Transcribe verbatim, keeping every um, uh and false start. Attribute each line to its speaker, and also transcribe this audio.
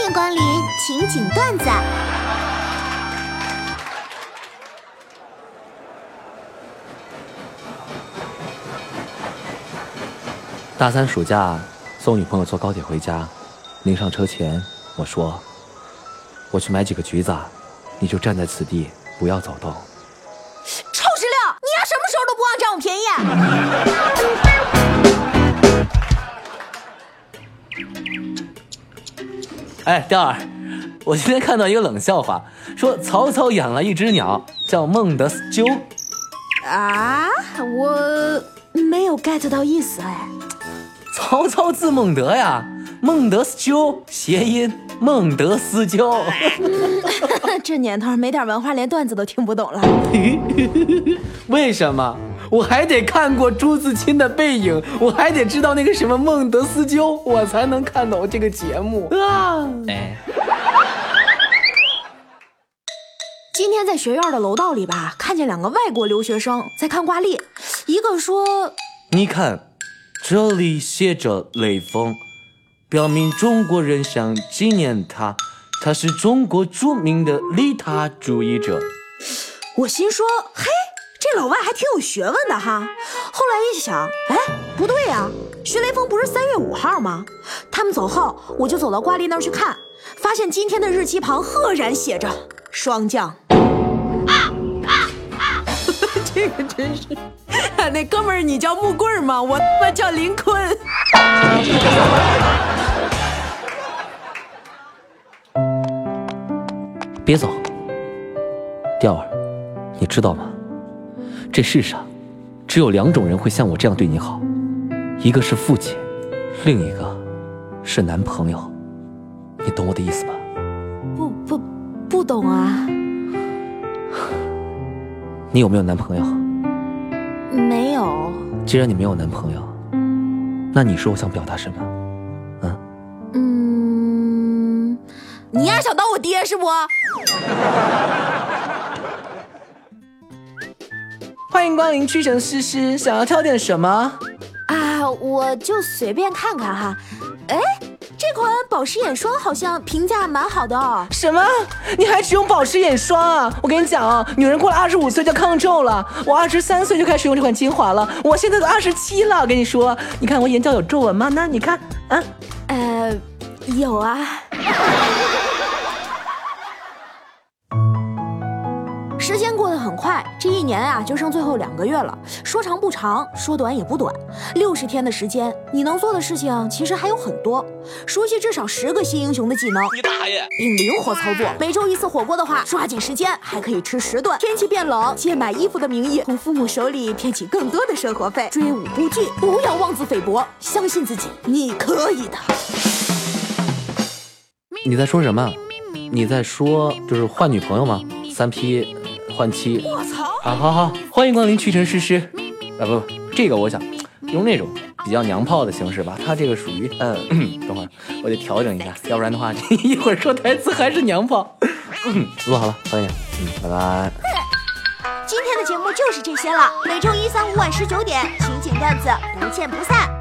Speaker 1: 迎光临情景段子。
Speaker 2: 大三暑假送女朋友坐高铁回家，临上车前我说：“我去买几个橘子，你就站在此地，不要走动。”
Speaker 3: 臭石榴，你丫什么时候都不忘占我便宜！
Speaker 2: 哎，调儿，我今天看到一个冷笑话，说曹操养了一只鸟，叫孟德斯鸠。
Speaker 3: 啊，我没有 get 到意思哎。
Speaker 2: 曹操字孟德呀，孟德斯鸠谐音孟德斯鸠。
Speaker 3: 这年头没点文化，连段子都听不懂了。
Speaker 2: 为什么？我还得看过朱自清的《背影》，我还得知道那个什么孟德斯鸠，我才能看懂这个节目啊！哎，
Speaker 3: 今天在学院的楼道里吧，看见两个外国留学生在看挂历，一个说：“
Speaker 2: 你看，这里写着雷锋，表明中国人想纪念他，他是中国著名的利他主义者。”
Speaker 3: 我心说：“嘿。”这老外还挺有学问的哈。后来一想，哎，不对呀、啊，徐雷锋不是三月五号吗？他们走后，我就走到挂历那儿去看，发现今天的日期旁赫然写着霜降。啊啊啊、这个真是，那哥们儿你叫木棍吗？我他妈叫林坤。
Speaker 2: 别走，调儿，你知道吗？这世上只有两种人会像我这样对你好，一个是父亲，另一个是男朋友。你懂我的意思吧？
Speaker 3: 不不不懂啊。
Speaker 2: 你有没有男朋友？
Speaker 3: 没有。
Speaker 2: 既然你没有男朋友，那你说我想表达什么？嗯
Speaker 3: 嗯，你丫想当我爹是不？
Speaker 2: 欢迎光临屈臣氏诗，想要挑点什么
Speaker 3: 啊？我就随便看看哈。哎，这款保湿眼霜好像评价蛮好的哦。
Speaker 2: 什么？你还只用保湿眼霜啊？我跟你讲啊，女人过了二十五岁就抗皱了。我二十三岁就开始用这款精华了，我现在都二十七了。我跟你说，你看我眼角有皱纹吗？那你看，啊，
Speaker 3: 呃，有啊。时间过得很快，这一年啊就剩最后两个月了。说长不长，说短也不短。六十天的时间，你能做的事情其实还有很多。熟悉至少十个新英雄的技能，
Speaker 2: 你大爷，
Speaker 3: 并灵活操作。每周一次火锅的话，抓紧时间还可以吃十顿。天气变冷，借买衣服的名义从父母手里骗取更多的生活费。追五部剧，不要妄自菲薄，相信自己，你可以的。
Speaker 2: 你在说什么？你在说就是换女朋友吗？三 P。换妻，
Speaker 3: 我操！
Speaker 2: 好好好，欢迎光临屈臣氏诗。啊不，这个我想用那种比较娘炮的形式吧。它这个属于呃，等会儿我得调整一下，要不然的话，一会儿说台词还是娘炮。录好了，欢迎，嗯，拜拜。
Speaker 1: 今天的节目就是这些了，每周一、三、五晚十九点，情景段子不见不散。